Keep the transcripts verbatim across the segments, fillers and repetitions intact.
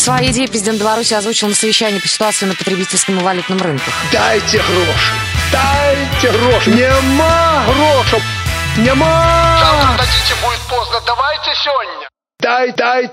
Свои идеи президент Беларуси озвучил на совещании по ситуации на потребительском и валютном рынках. Дайте гроши, дайте гроши, нема грошей, нема. Завтра дадите, будет поздно, давайте сегодня. Дай, дай.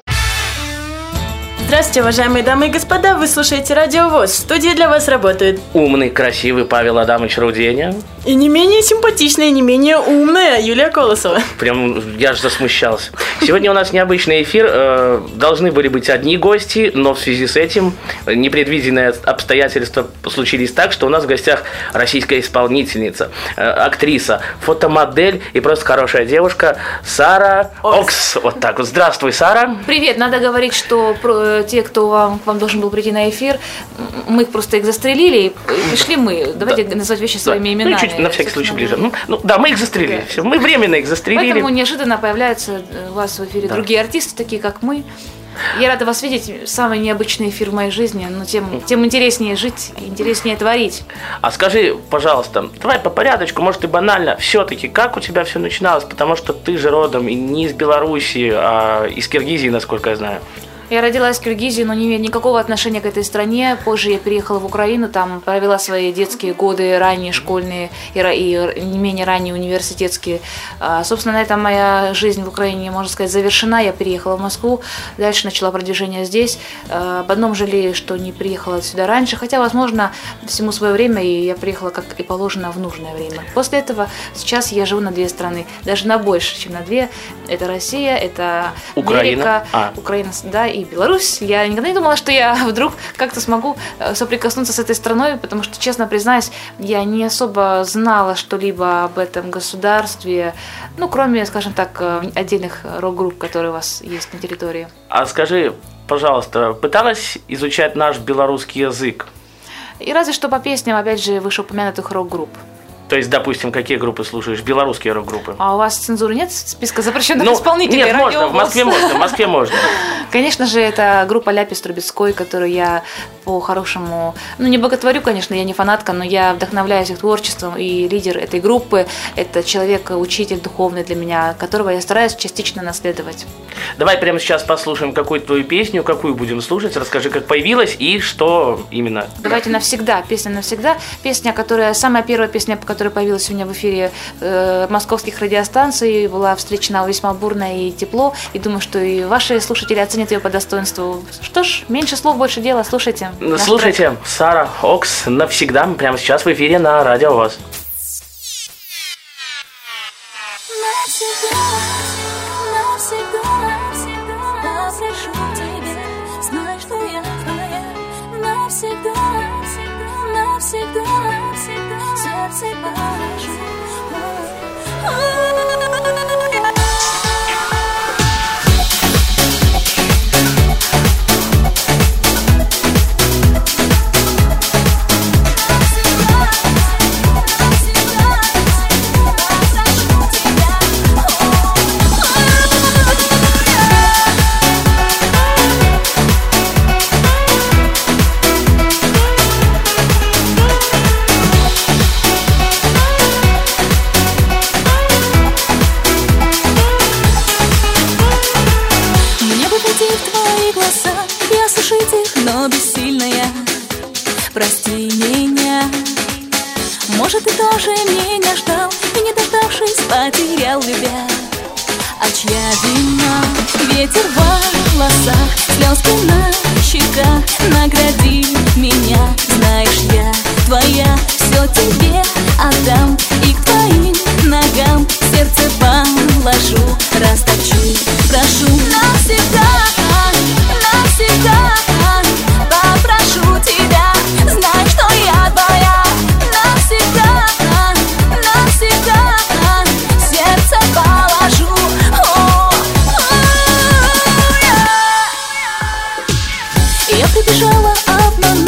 Здравствуйте, уважаемые дамы и господа, вы слушаете Радио ВОС. В студии для вас работает умный, красивый Павел Адамович Руденя. И не менее симпатичная, и не менее умная Юлия Колосова. Прям я же засмущался. Сегодня у нас необычный эфир. Э, должны были быть одни гости, но в связи с этим непредвиденные обстоятельства случились так, что у нас в гостях российская исполнительница, э, актриса, фотомодель и просто хорошая девушка Сара Окс. Вот так вот. Здравствуй, Сара. Привет. Надо говорить, что про, те, кто вам, вам должен был прийти на эфир, мы просто их застрелили, и пришли мы. Давайте да. назвать вещи своими да. именами. Ну, чуть на всякий случай ближе. Ну, ну да, мы их застрелили. Да. Все. Мы временно их застрелили. Поэтому неожиданно появляются у вас в эфире да. другие артисты, такие как мы. Я рада вас видеть. Самый необычный эфир в моей жизни, но тем, тем интереснее жить, интереснее творить. А скажи, пожалуйста, давай по порядочку, может и банально, все-таки как у тебя все начиналось? Потому что ты же родом и не из Беларуси, а из Киргизии, насколько я знаю. Я родилась в Киргизии, но не имею никакого отношения к этой стране. Позже я переехала в Украину, там провела свои детские годы, ранние школьные и, и не менее ранние университетские. А, собственно, на этом моя жизнь в Украине, можно сказать, завершена. Я переехала в Москву, дальше начала продвижение здесь. А, об одном жалею, что не приехала сюда раньше, хотя, возможно, всему свое время, и я приехала, как и положено, в нужное время. После этого сейчас я живу на две страны, даже на больше, чем на две. Это Россия, это Украина. Америка, а. Украина, да, и Беларусь. Я никогда не думала, что я вдруг как-то смогу соприкоснуться с этой страной, потому что, честно признаюсь, я не особо знала что-либо об этом государстве, ну, кроме, скажем так, отдельных рок-групп, которые у вас есть на территории. А скажи, пожалуйста, пыталась изучать наш белорусский язык? И разве что по песням, опять же, вышеупомянутых рок-групп. То есть, допустим, какие группы слушаешь? Белорусские рок-группы. А у вас цензуры нет? Списка запрещенных ну, исполнителей? Нет, можно, в Москве можно, в Москве можно. Конечно же, это группа Ляпис Трубецкой, которую я по-хорошему, ну, не боготворю, конечно, я не фанатка, но я вдохновляюсь их творчеством, и лидер этой группы – это человек, учитель духовный для меня, которого я стараюсь частично наследовать. Давай прямо сейчас послушаем какую-то твою песню, какую будем слушать, расскажи, как появилась и что именно. Давайте «Навсегда», песня «Навсегда», песня, которая, самая первая песня, которая появилась у меня в эфире э, московских радиостанций, была встречена весьма бурно и тепло, и думаю, что и ваши слушатели оценят ее по достоинству. Что ж, меньше слов, больше дела, слушайте. Слушайте, Сара Окс «Навсегда» прямо сейчас в эфире на Радио ВОС. Прости меня. Может, ты тоже меня ждал и, не дождавшись, потерял любя. А чья вина? Ветер в волосах, слезки на щеках. Награди меня, знаешь, я твоя. Все тебе отдам и к твоим ногам сердце положу, растопчу, прошу. Навсегда, навсегда попрошу тебя, знай, что я твоя. Навсегда, навсегда сердце положу. О, о, я. Я прибежала, обманула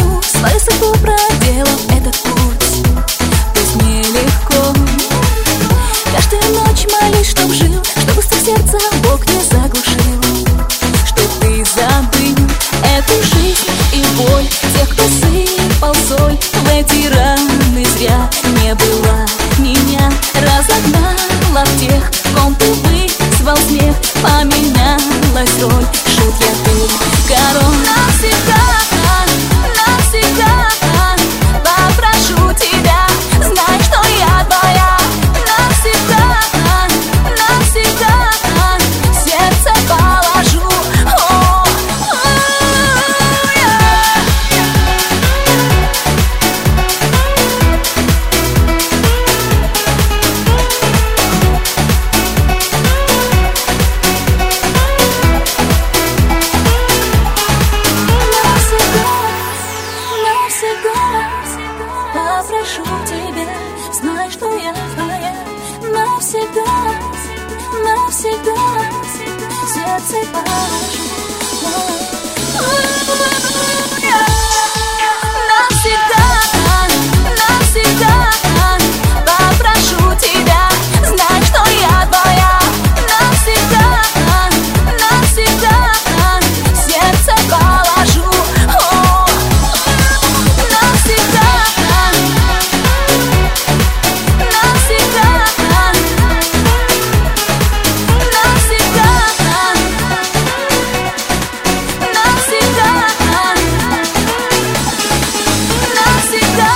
сердце положу. Навсегда, навсегда попрошу тебя, знай, что я твоя. Навсегда, навсегда сердце положу. О, навсегда, навсегда, навсегда, навсегда, навсегда.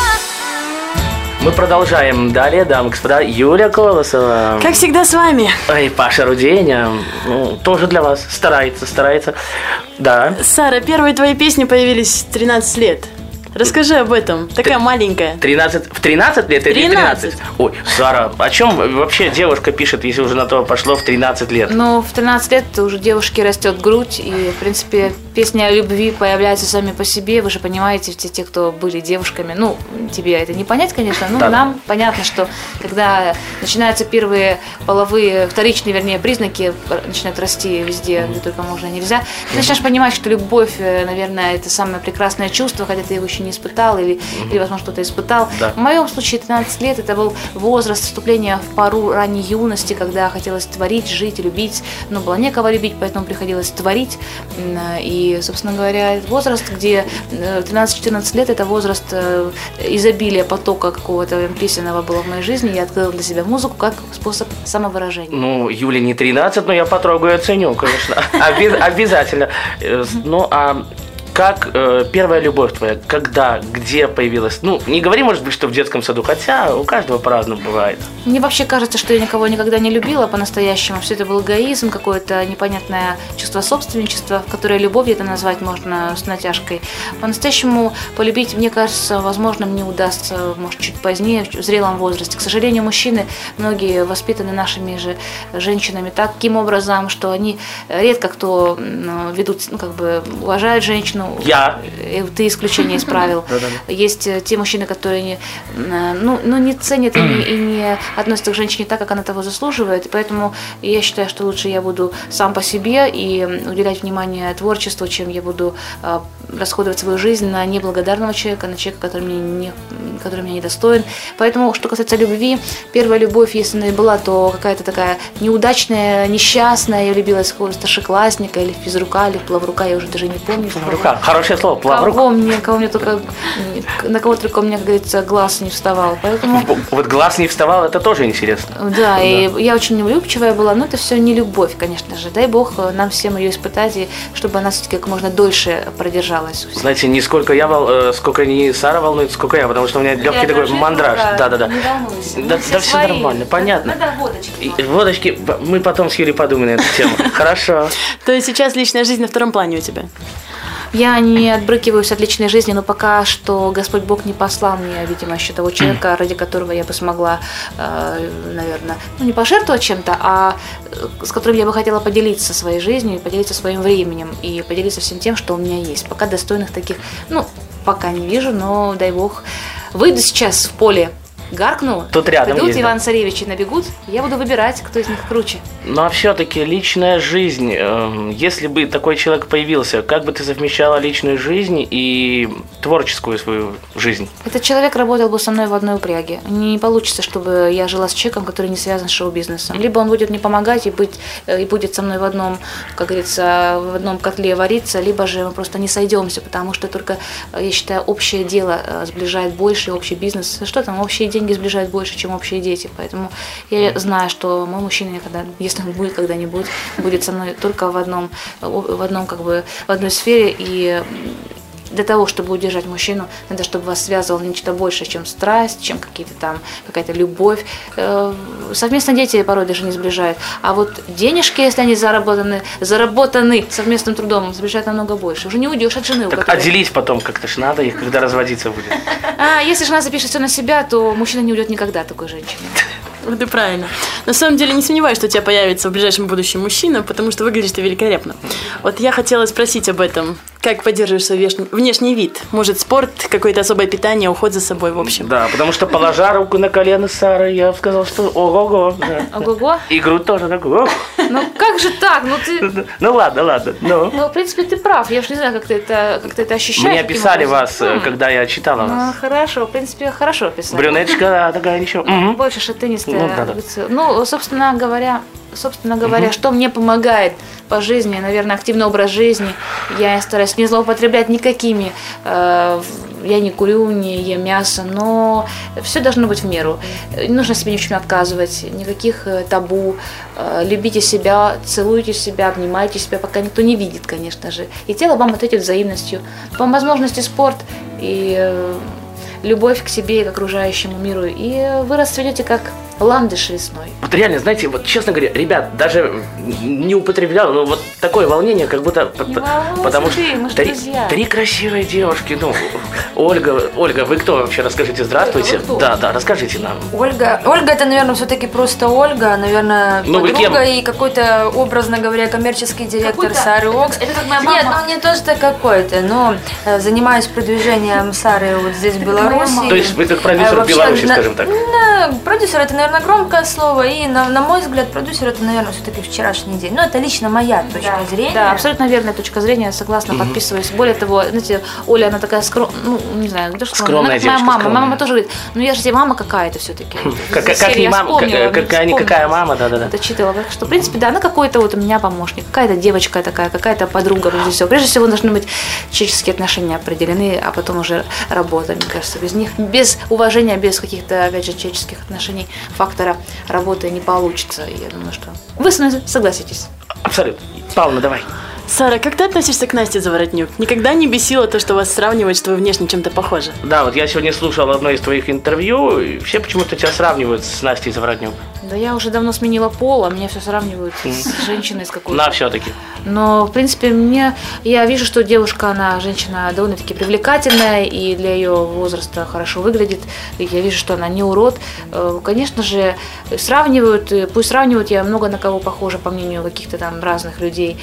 Мы продолжаем. Далее, дамы и господа, Юля Колосова. Как всегда с вами. Ой, Паша Руденя. Ну, тоже для вас. Старается, старается. Да. Сара, первые твои песни появились в тринадцать лет. Расскажи об этом. Такая маленькая. тринадцать, в тринадцать лет или тринадцать? тринадцать? Ой, Сара, о чем вообще девушка пишет, если уже на то пошло в тринадцать лет? Ну, в тринадцать лет уже девушке растет грудь, и, в принципе, песни о любви появляются сами по себе. Вы же понимаете, те, те, кто были девушками, ну, тебе это не понять, конечно, но Да. нам понятно, что когда начинаются первые половые, вторичные, вернее, признаки, начинают расти везде, где только можно и нельзя, ты начинаешь понимать, что любовь, наверное, это самое прекрасное чувство, хотя ты его еще не испытал или, или возможно, кто-то испытал. Да. В моем случае тринадцать лет это был возраст вступления в пару ранней юности, когда хотелось творить, жить, любить, но было некого любить, поэтому приходилось творить. И, собственно говоря, возраст, где тринадцать-четырнадцать лет, это возраст изобилия потока какого-то песенного было в моей жизни. Я открыла для себя музыку как способ самовыражения. Ну, Юле не тринадцать, но я потрогаю и оценю, конечно. Обяз- Обязательно. Э, Ну, а как э, первая любовь твоя, когда, где появилась? Ну, не говори, может быть, что в детском саду, хотя у каждого по-разному бывает. Мне вообще кажется, что я никого никогда не любила по-настоящему. Все это был эгоизм, какое-то непонятное чувство собственничества, которое любовью это назвать можно с натяжкой. По-настоящему полюбить, мне кажется, возможно, мне удастся, может, чуть позднее, в зрелом возрасте. К сожалению, мужчины, многие воспитаны нашими же женщинами таким образом, что они редко кто ну, ведут, ну, как бы уважают женщину. Я. Ты исключение из правил. Есть те мужчины, которые не, ну, ну, не ценят и не, и не относятся к женщине так, как она того заслуживает. И поэтому я считаю, что лучше я буду сам по себе и уделять внимание творчеству, чем я буду а, расходовать свою жизнь на неблагодарного человека, на человека, который, мне не, который меня недостоин. Поэтому, что касается любви, первая любовь, если она и была, то какая-то такая неудачная, несчастная. Я влюбилась в какого-то старшеклассника или в физрука, или в плаврука, я уже даже не помню. Рука. Хорошее слово, плаврук. Кого мне, кого мне только, на кого только у меня, как говорится, глаз не вставал. Поэтому, Вот глаз не вставал, это тоже интересно. да, и я очень влюбчивая была, но это все не любовь, конечно же. Дай Бог нам всем ее испытать, и чтобы она все-таки как можно дольше продержалась. Знаете, не сколько я вол, э, сколько не Сара волнует, сколько я, потому что у меня легкий такой мандраж. Да, да, да. Не волнуйся. Да, да, все нормально, понятно. Надо водочки. И водочки, мы потом с Юлей подумаем на эту тему. Хорошо. То есть сейчас личная жизнь на втором плане у тебя? Я не отбрыкиваюсь от личной жизни, но пока что Господь Бог не послал мне, видимо, еще того человека, ради которого я бы смогла, э, наверное, ну не пожертвовать чем-то, а с которым я бы хотела поделиться своей жизнью, поделиться своим временем и поделиться всем тем, что у меня есть. Пока достойных таких, ну, пока не вижу, но дай Бог. Выйду сейчас в поле, гаркну, Тут рядом придут есть, да. Иван Царевич и набегут, я буду выбирать, кто из них круче. Ну а все-таки личная жизнь, э, если бы такой человек появился, как бы ты совмещала личную жизнь и творческую свою жизнь? Этот человек работал бы со мной в одной упряге. Не получится, чтобы я жила с человеком, который не связан с шоу-бизнесом. Либо он будет мне помогать и, быть, и будет со мной в одном, как говорится, в одном котле вариться, либо же мы просто не сойдемся, потому что только, я считаю, общее дело сближает больше, общий бизнес. Что там, общие деньги сближают больше, чем общие дети. Поэтому я знаю, что мой мужчина никогда, если он будет когда-нибудь, будет со мной только в одном, в одном, как бы, в одной сфере. И для того, чтобы удержать мужчину, надо, чтобы вас связывало нечто большее, чем страсть, чем какие-то там, какая-то любовь. Совместно дети порой даже не сближают. А вот денежки, если они заработаны, заработаны совместным трудом, сближают намного больше. Уже не уйдешь от жены. Так которой... отделить потом как-то ж надо их, когда разводиться будет. А если жена запишет все на себя, то мужчина не уйдет никогда такой женщины. Вот и правильно. На самом деле не сомневаюсь, что у тебя появится в ближайшем будущем мужчина, потому что выглядишь ты великолепно. Вот я хотела спросить об этом. Как поддерживаешь свой внешний, внешний вид? Может, спорт, какое-то особое питание, уход за собой, в общем? Да, потому что, положа руку на колено Сары, я сказал, что ого-го. Да. Ого-го. И грудь тоже такой. Ну как же так? Ну ты... Ну ладно, ладно. Ну. Ну, в принципе, ты прав. Я уж не знаю, как ты это, как ты это ощущаешь. Мне каким описали образом. вас, э, М. когда я читала Ну, вас. хорошо, в принципе, хорошо описали. Брюнеточка, да, такая ничего. Мгм. Больше шатынистая. Ну, да-да. лицо. Ну, собственно говоря, собственно говоря, что мне помогает по жизни, наверное, активный образ жизни. Я стараюсь не злоупотреблять никакими. э, Я не курю, не ем мясо, но все должно быть в меру. Не нужно себе ни в чем отказывать, никаких э, табу. Э, Любите себя, целуйте себя, обнимайте себя, пока никто не видит, конечно же. И тело вам ответит взаимностью. По возможности спорт и э, любовь к себе и к окружающему миру. И вы расцветете как ландыш весной. Вот реально, знаете, вот честно говоря, ребят, даже не употреблял, но вот такое волнение, как будто... п- Не п- волнуйся Потому ты, что мы ж три, друзья. три красивые девушки, ну, Ольга, Ольга, вы кто вообще? Расскажите, здравствуйте. Ольга, вы кто? Да, да, расскажите нам. Ольга, Ольга это, наверное, все-таки просто Ольга, наверное, Ну, вы подруга кем? и какой-то, образно говоря, коммерческий директор Какой-то- Сары Окс. это как моя Нет, мама. ну не то, что какой-то, но э, занимаюсь продвижением Сары вот здесь, в Это как моя Беларуси. мама. То есть вы как Э, продюсер в вообще, Беларуси, на- скажем так. на- продюсер это, наверное, громкое слово, и на, на мой взгляд, продюсер это, наверное, все-таки вчерашний день. Но это лично моя точка Да, зрения. да, абсолютно верная точка зрения, согласна, подписываюсь. Более того, знаете, Оля, она такая скромная, ну, не знаю, да, что Скромная она как моя девочка, мама. скромная. Моя мама тоже говорит, ну я же тебе мама какая-то все-таки. Как, как не мама, как, какая никакая мама, да-да-да. Это читала. Так что, в принципе, да, она какой-то вот у меня помощник, какая-то девочка такая, какая-то подруга, прежде всего. Прежде всего, должны быть человеческие отношения определены, а потом уже работа, мне кажется. Без них, без уважения, без каких-то, опять же, человеческих отношений, фактора работы не получится. И я думаю, что вы со мной согласитесь. Абсолютно. Павловна, давай. Сара, как ты относишься к Насте Заворотнюк? Никогда не бесило то, что вас сравнивают, что вы внешне чем-то похожи? Да, вот я сегодня слушал одно из твоих интервью, и все почему-то тебя сравнивают с Настей Заворотнюк. Да я уже давно сменила пол, а меня все сравнивают с женщиной, с какой-то. На, все-таки. Но, в принципе, мне я вижу, что девушка, она женщина довольно-таки привлекательная и для ее возраста хорошо выглядит. И я вижу, что она не урод. Э, Конечно же, сравнивают, э, пусть сравнивают, я много на кого похожа, по мнению каких-то там разных людей.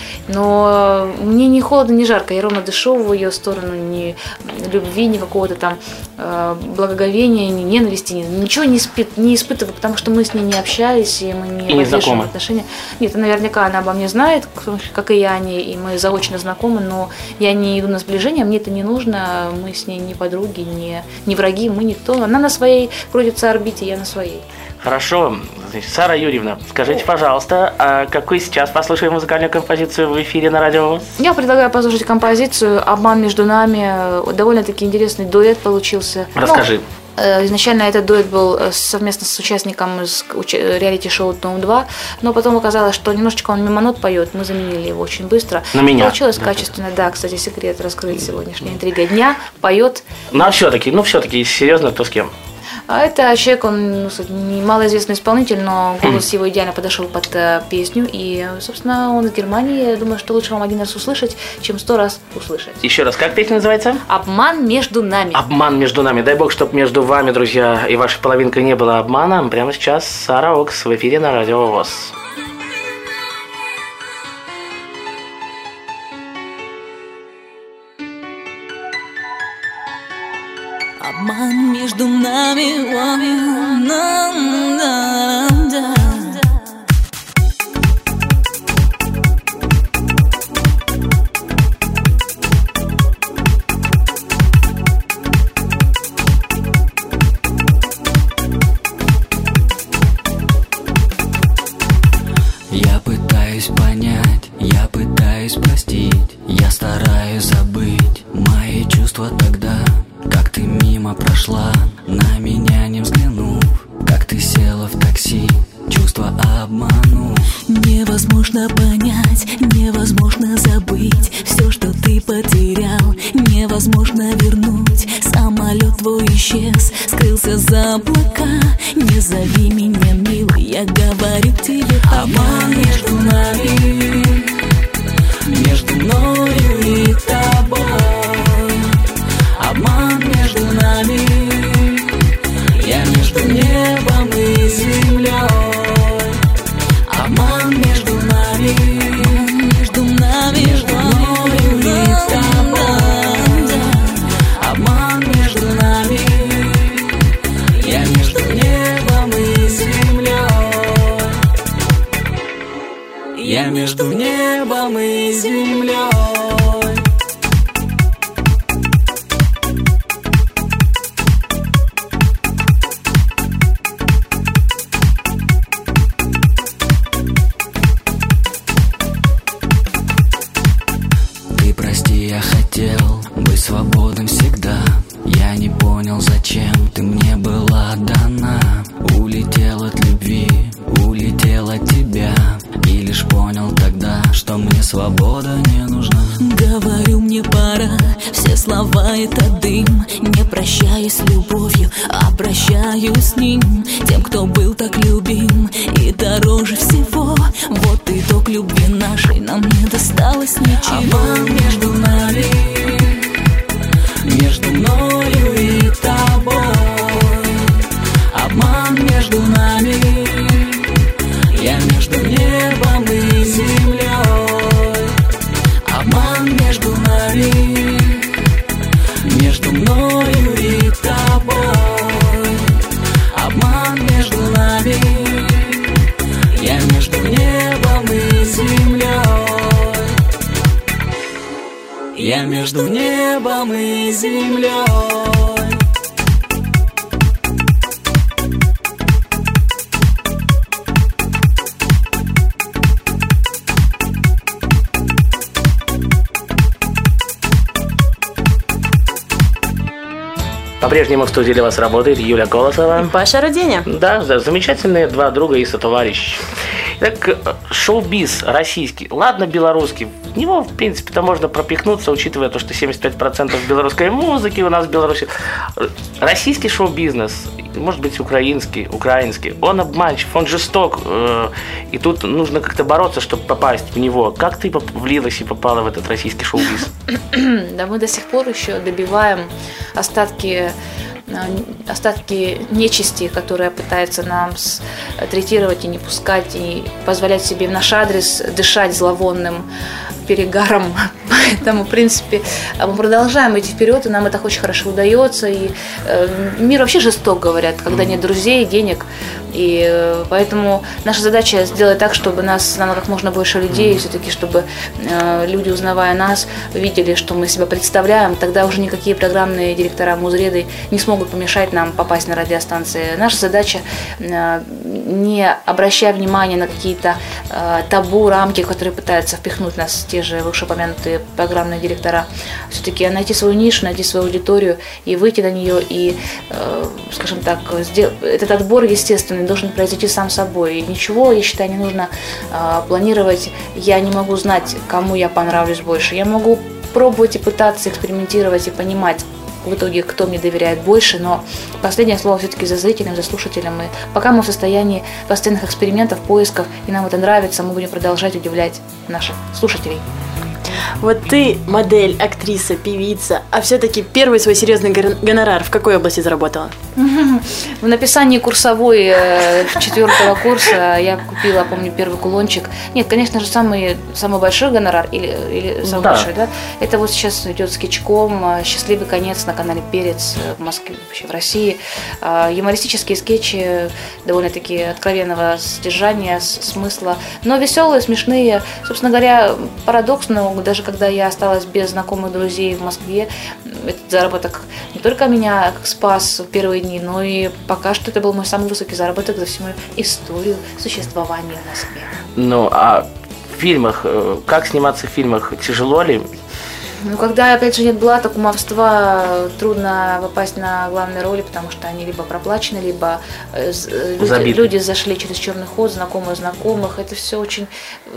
Но мне ни холодно, ни жарко. Я ровно дышу в ее сторону, ни любви, ни какого-то там э, благоговения, ни ненависти, ни, ничего не, испы- не испытываю, потому что мы с ней не общались, и мы не, И не поддерживаем знакомы. отношения. Нет, наверняка она обо мне знает, как и я о ней, и мы заочно знакомы, но я не иду на сближение, мне это не нужно, мы с ней не подруги, не, не враги, мы никто. Она на своей крутится орбите, я на своей. Хорошо. Значит, Сара Юрьевна, скажите, пожалуйста, а какой сейчас послушаем музыкальную композицию в эфире на радио? Я предлагаю послушать композицию «Обман между нами». Довольно-таки интересный дуэт получился. Расскажи. Ну, э, изначально этот дуэт был э, совместно с участником из уч- реалити-шоу «Том два», но потом оказалось, что немножечко он мимо нот поет, мы заменили его очень быстро. На меня. Получилось Да. качественно, да, кстати, секрет раскрыть сегодняшняя интрига дня. Поет. Ну, а все-таки, ну, все-таки, серьезно, то с кем? А это человек, он ну, кстати, не малоизвестный исполнитель, но голос его идеально подошел под э, песню. И, собственно, он из Германии. Я думаю, что лучше вам один раз услышать, чем сто раз услышать. Еще раз, как песня называется? «Обман между нами». Обман между нами. Дай бог, чтобы между вами, друзья, и вашей половинкой не было обмана. Прямо сейчас Сара Окс в эфире на радио ВОС. Обман между нами, о, да, да, да. Я пытаюсь понять, я пытаюсь простить, я стараюсь забыть мои чувства тогда, как ты мимо прошла, на меня не взглянув, как ты села в такси, чувства обманув. Невозможно понять, невозможно забыть все, что ты потерял, невозможно вернуть. Самолет твой исчез, скрылся за облака. Не зови меня, милый, я говорю тебе Обман между нами, между мною и тобой. Обман между нами, я между небом и землей. Обман между нами, между нами, между мною и тобой. Обман между нами, я между небом и землей. свободным всегда. Я не понял, зачем ты мне была дана. Улетел от любви, улетел от тебя. И лишь понял тогда, что мне свобода не нужна. Говорю, мне пора, все слова это дым. Не прощаюсь с любовью, обращаюсь с ним. Тем, кто был так любим и дороже всего. Вот итог любви нашей, нам не досталось ничего. Обман между нами, между мною и тобой. Обман между нами, я между небом и землей. Обман между нами, между мною и тобой. Обман между нами, я между небом и землей. Я между небом и землей. По-прежнему в студии для вас работает Юля Колосова. Паша Роденя. Да, да, замечательные два друга и сотоварищи. Так, шоу-биз российский, ладно, белорусский, в него, в принципе-то, можно пропихнуться, учитывая то, что семьдесят пять процентов белорусской музыки у нас в Беларуси. Российский шоу-бизнес, может быть, украинский, украинский, он обманчив, он жесток, э, и тут нужно как-то бороться, чтобы попасть в него. Как ты влилась и попала в этот российский шоу-биз? Да, мы до сих пор еще добиваем остатки остатки нечисти, которая пытается нам третировать и не пускать, и позволять себе в наш адрес дышать зловонным перегаром. Поэтому, в принципе, мы продолжаем идти вперед, и нам это очень хорошо удается. И э, мир вообще жесток, говорят, когда нет друзей, денег. И э, поэтому наша задача сделать так, чтобы нас знало как можно больше людей, и все-таки, чтобы э, люди, узнавая нас, видели, что мы себя представляем. Тогда уже никакие программные директора, музреды не смогут помешать нам попасть на радиостанции. Наша задача, э, не обращая внимания на какие-то э, табу, рамки, которые пытаются впихнуть нас те же вышеупомянутые программные директора, все-таки найти свою нишу, найти свою аудиторию и выйти на нее, и, э, скажем так, сдел... этот отбор естественный должен произойти сам собой. И ничего, я считаю, не нужно э, планировать. Я не могу знать, кому я понравлюсь больше. Я могу пробовать и пытаться экспериментировать и понимать в итоге, кто мне доверяет больше, но последнее слово все-таки за зрителем, за слушателем. И пока мы в состоянии постоянных экспериментов, поисков, и нам это нравится, мы будем продолжать удивлять наших слушателей. Вот ты модель, актриса, певица, а все-таки первый свой серьезный гонорар в какой области заработала? В написании курсовой четвертого курса я купила, помню, первый кулончик. Нет, конечно же, самый, самый большой гонорар, или, или самый да. большой, да? Это вот сейчас идет скетчком «Счастливый конец» на канале «Перец» в Москве, вообще в России. Юмористические скетчи довольно-таки откровенного содержания, смысла, но веселые, смешные. Собственно говоря, парадокс, но даже когда я осталась без знакомых друзей в Москве, этот заработок не только меня спас в первые дни, но и пока что это был мой самый высокий заработок за всю мою историю существования в Москве. Ну, а в фильмах, как сниматься в фильмах, тяжело ли? Ну, когда, опять же, нет блата, кумовства, трудно попасть на главные роли, потому что они либо проплачены, либо люди, люди зашли через черный ход, знакомые знакомых. Это все очень...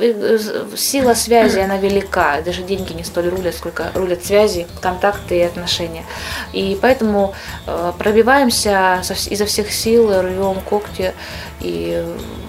Сила связи, она велика. Даже деньги не столь рулят, сколько рулят связи, контакты и отношения. И поэтому пробиваемся изо всех сил, рвем когти. И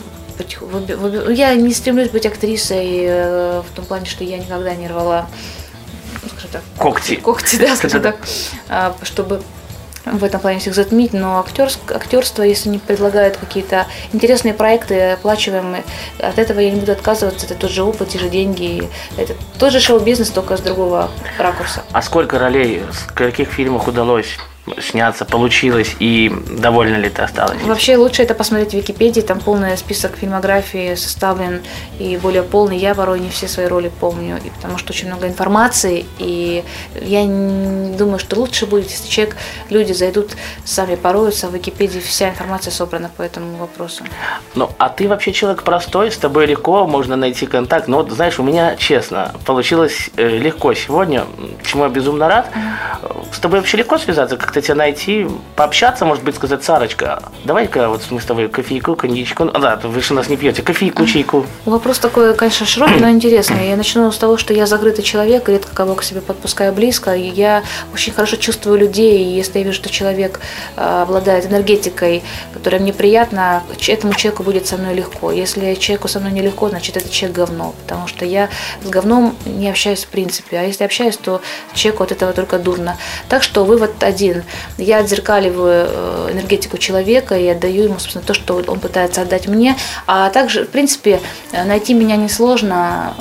я не стремлюсь быть актрисой в том плане, что я никогда не рвала... Так, когти. Когти, да, скажем так, чтобы в этом плане всех затмить, но актерство, актерство, если не предлагают какие-то интересные проекты, оплачиваемые, от этого я не буду отказываться, это тот же опыт, те же деньги, это тот же шоу-бизнес, только с другого ракурса. А сколько ролей, в каких фильмах удалось сняться получилось, и довольна ли ты осталась? Вообще лучше это посмотреть в Википедии, там полный список фильмографии составлен и более полный. Я порой не все свои роли помню, и потому что очень много информации, и я не думаю, что лучше будет, если человек, люди зайдут, сами пороются, в Википедии вся информация собрана по этому вопросу. Ну, а ты вообще человек простой, с тобой легко, можно найти контакт. Но вот, знаешь, у меня, честно, получилось э, легко сегодня, чему я безумно рад. С тобой вообще легко связаться, как-то тебя найти, пообщаться, может быть, сказать: Сарочка, давай-ка вот мы с тобой кофейку, коньячку. А, да, вы же у нас не пьете, кофейку, чайку. Вопрос такой, конечно, широкий, но интересный. Я начну с того, что я закрытый человек, редко кого к себе подпускаю близко. И я очень хорошо чувствую людей, и если я вижу, что человек э, обладает энергетикой, которая мне приятна, этому человеку будет со мной легко. Если человеку со мной нелегко, значит, этот человек говно, потому что я с говном не общаюсь в принципе, а если общаюсь, то человеку от этого только дурно. Так что вывод один. Я отзеркаливаю энергетику человека и отдаю ему, собственно, то, что он пытается отдать мне. А также, в принципе, найти меня несложно,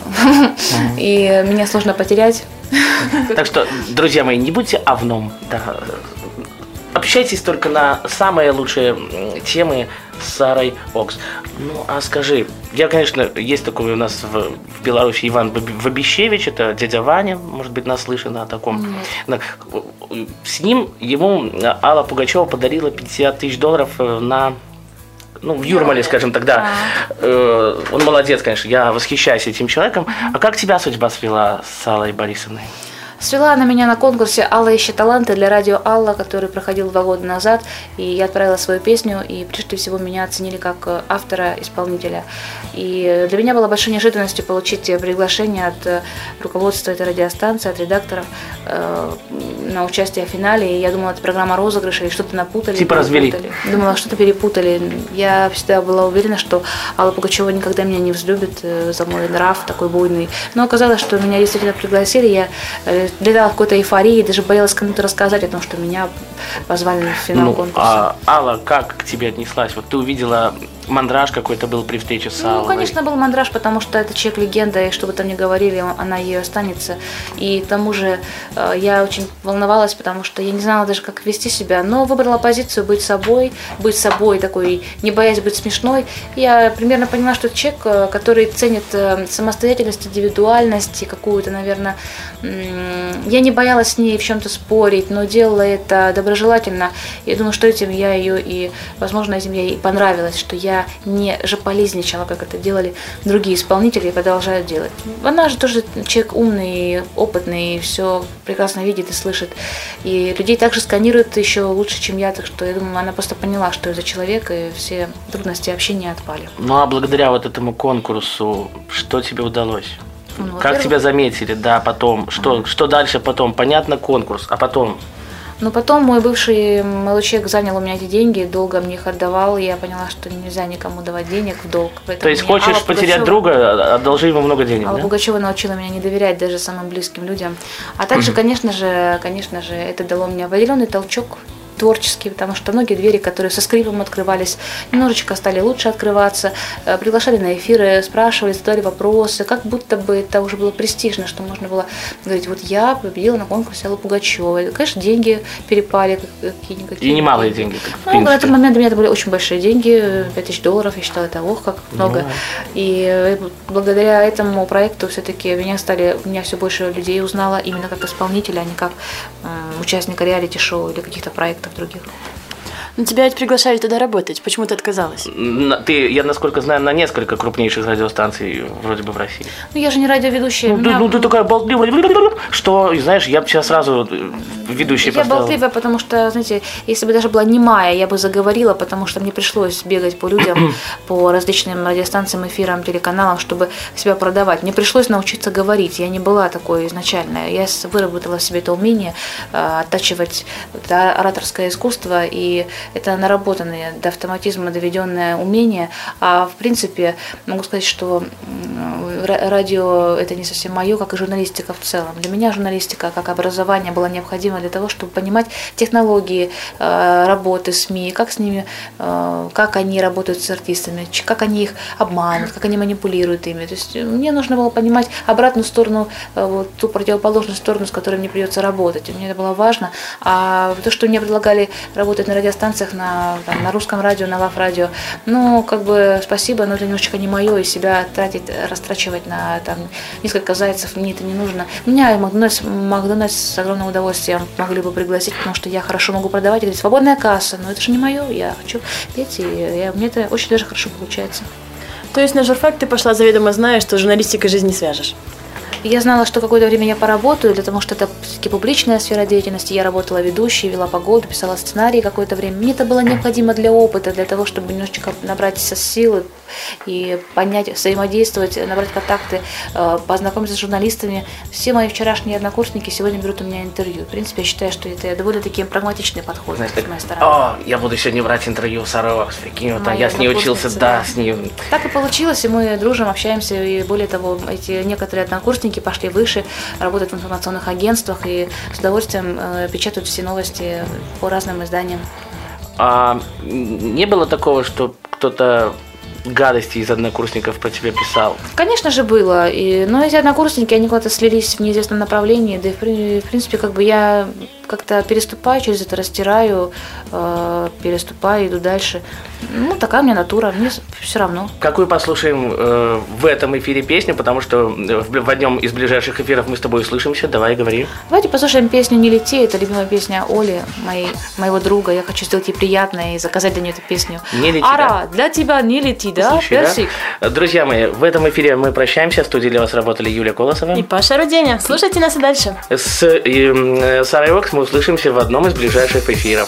и меня сложно потерять. Так что, друзья мои, не будьте овном. Да. Общайтесь только на самые лучшие темы с Сарой Окс. Ну, а скажи, я, конечно, есть такой у нас в, в Беларуси Иван Вабищевич, это дядя Ваня, может быть, наслышана о таком. Нет. С ним ему Алла Пугачева подарила пятьдесят тысяч долларов на... Ну, в Юрмале, скажем тогда. Э, он молодец, конечно, я восхищаюсь этим человеком. А как тебя судьба свела с Аллой Борисовной? Свела она меня на конкурсе «Алла ищет таланты» для радио «Алла», который проходил два года назад, и я отправила свою песню, и прежде всего меня оценили как автора-исполнителя. И для меня было большой неожиданностью получить приглашение от руководства этой радиостанции, от редакторов э, на участие в финале. И я думала, это программа розыгрыша, и что-то напутали. Типа развели. Думала, что-то перепутали. Я всегда была уверена, что Алла Пугачева никогда меня не взлюбит за мой нрав такой буйный. Но оказалось, что меня действительно пригласили, я летала в какой-то эйфории, даже боялась кому-то рассказать о том, что меня позвали в финал ну, конкурса. А Алла как к тебе отнеслась? Вот ты увидела, мандраж какой-то был при встрече с Аллой? Ну, конечно, был мандраж, потому что это человек-легенда, и что бы там ни говорили, она ее останется. И к тому же я очень волновалась, потому что я не знала даже, как вести себя, но выбрала позицию быть собой, быть собой такой, не боясь быть смешной. Я примерно поняла, что это человек, который ценит самостоятельность, индивидуальность и какую-то, наверное, я не боялась с ней в чем-то спорить, но делала это доброжелательно. Я думаю, что этим я ее и, возможно, этим я ей понравилась, что я не жополизничала, как это делали другие исполнители и продолжают делать. Она же тоже человек умный, опытный, и все прекрасно видит и слышит. И людей также сканирует еще лучше, чем я, так что я думаю, она просто поняла, что это человек, и все трудности общения отпали. Ну а благодаря вот этому конкурсу, что тебе удалось? Ну, как тебя заметили, да, потом, что, mm-hmm. что дальше потом? Понятно, конкурс, а потом? Ну, потом мой бывший молодой человек занял у меня эти деньги, долго мне их отдавал, и я поняла, что нельзя никому давать денег в долг. То есть хочешь Алла потерять Пугачева, друга, одолжи ему много денег, Алла да? Пугачева научила меня не доверять даже самым близким людям. А также, конечно же, конечно же, это дало мне определенный толчок творческий, потому что многие двери, которые со скрипом открывались, немножечко стали лучше открываться, приглашали на эфиры, спрашивали, задавали вопросы, как будто бы это уже было престижно, что можно было говорить, вот я победила на конкурсе Аллы Пугачевой. Конечно, деньги перепали какие-никакие. И немалые деньги. Ну, на этот момент для меня это были очень большие деньги, пять тысяч долларов, я считала, это ох, как много. Ну, и благодаря этому проекту все-таки меня стали, меня все больше людей узнало именно как исполнителя, а не как э, участника реалити-шоу или каких-то проектов других. Ну, тебя ведь приглашали туда работать. Почему ты отказалась? Ты, я, насколько знаю, на несколько крупнейших радиостанций вроде бы в России. Ну, я же не радиоведущая. Ну, меня... ты, ну, ты такая болтливая, что, знаешь, я бы сейчас сразу ведущей поставила. Я болтливая, потому что, знаете, если бы даже была немая, я бы заговорила, потому что мне пришлось бегать по людям, по различным радиостанциям, эфирам, телеканалам, чтобы себя продавать. Мне пришлось научиться говорить. Я не была такой изначально. Я выработала в себе это умение оттачивать это ораторское искусство и это наработанные до автоматизма доведенное умение. А в принципе, могу сказать, что радио это не совсем мое, как и журналистика в целом. Для меня журналистика как образование было необходимо для того, чтобы понимать технологии работы СМИ, как с ними, как они работают с артистами, как они их обманывают, как они манипулируют ими. То есть мне нужно было понимать обратную сторону, вот, ту противоположную сторону, с которой мне придется работать. И мне это было важно. А то, что мне предлагали работать на радиостанциях, на, там, на русском радио, на лав-радио, ну, как бы спасибо, но это немножечко не мое, и себя тратить, растрачивать на там, несколько зайцев, мне это не нужно. Меня Макдональдс, Макдональдс с огромным удовольствием могли бы пригласить, потому что я хорошо могу продавать, и говорить, свободная касса, но это же не мое, я хочу петь, и я, мне это очень даже хорошо получается. То есть на журфак ты пошла заведомо зная, что журналистикой жизнь не свяжешь? Я знала, что какое-то время я поработаю, для того, что это все-таки публичная сфера деятельности. Я работала ведущей, вела погоду, писала сценарии какое-то время. Мне это было необходимо для опыта, для того, чтобы немножечко набраться силы и понять, взаимодействовать, набрать контакты, познакомиться с журналистами. Все мои вчерашние однокурсники сегодня берут у меня интервью. В принципе, я считаю, что это довольно-таки прагматичный подход. Знаешь, с моей стороны. О, я буду сегодня брать интервью с Аровакс, прикинь, вот, я с ней учился, да, да, с ней. Так и получилось, и мы дружим, общаемся, и более того, эти некоторые однокурсники пошли выше, работают в информационных агентствах и с удовольствием э, печатают все новости по разным изданиям. А не было такого, что кто-то гадости из однокурсников про тебя писал? Конечно же было, и, но эти однокурсники, они куда-то слились в неизвестном направлении, да и в принципе как бы я как-то переступаю через это, растираю, э, переступаю, иду дальше. Ну, такая у меня натура, мне все равно. Какую послушаем э, в этом эфире песню, потому что в, в одном из ближайших эфиров мы с тобой услышимся, давай, говори. Давайте послушаем песню «Не лети», это любимая песня Оли, моей, моего друга, я хочу сделать ей приятное и заказать для нее эту песню. Не лети, Ара, да? для тебя не лети, да, Слушай, Персик? Да? Друзья мои, в этом эфире мы прощаемся, в студии для вас работали Юлия Колосова и Паша Руденя. Слушайте нас и дальше. С э, Сарой Вокс мы услышимся в одном из ближайших эфиров.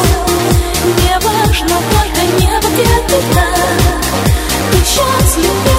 Счастлив.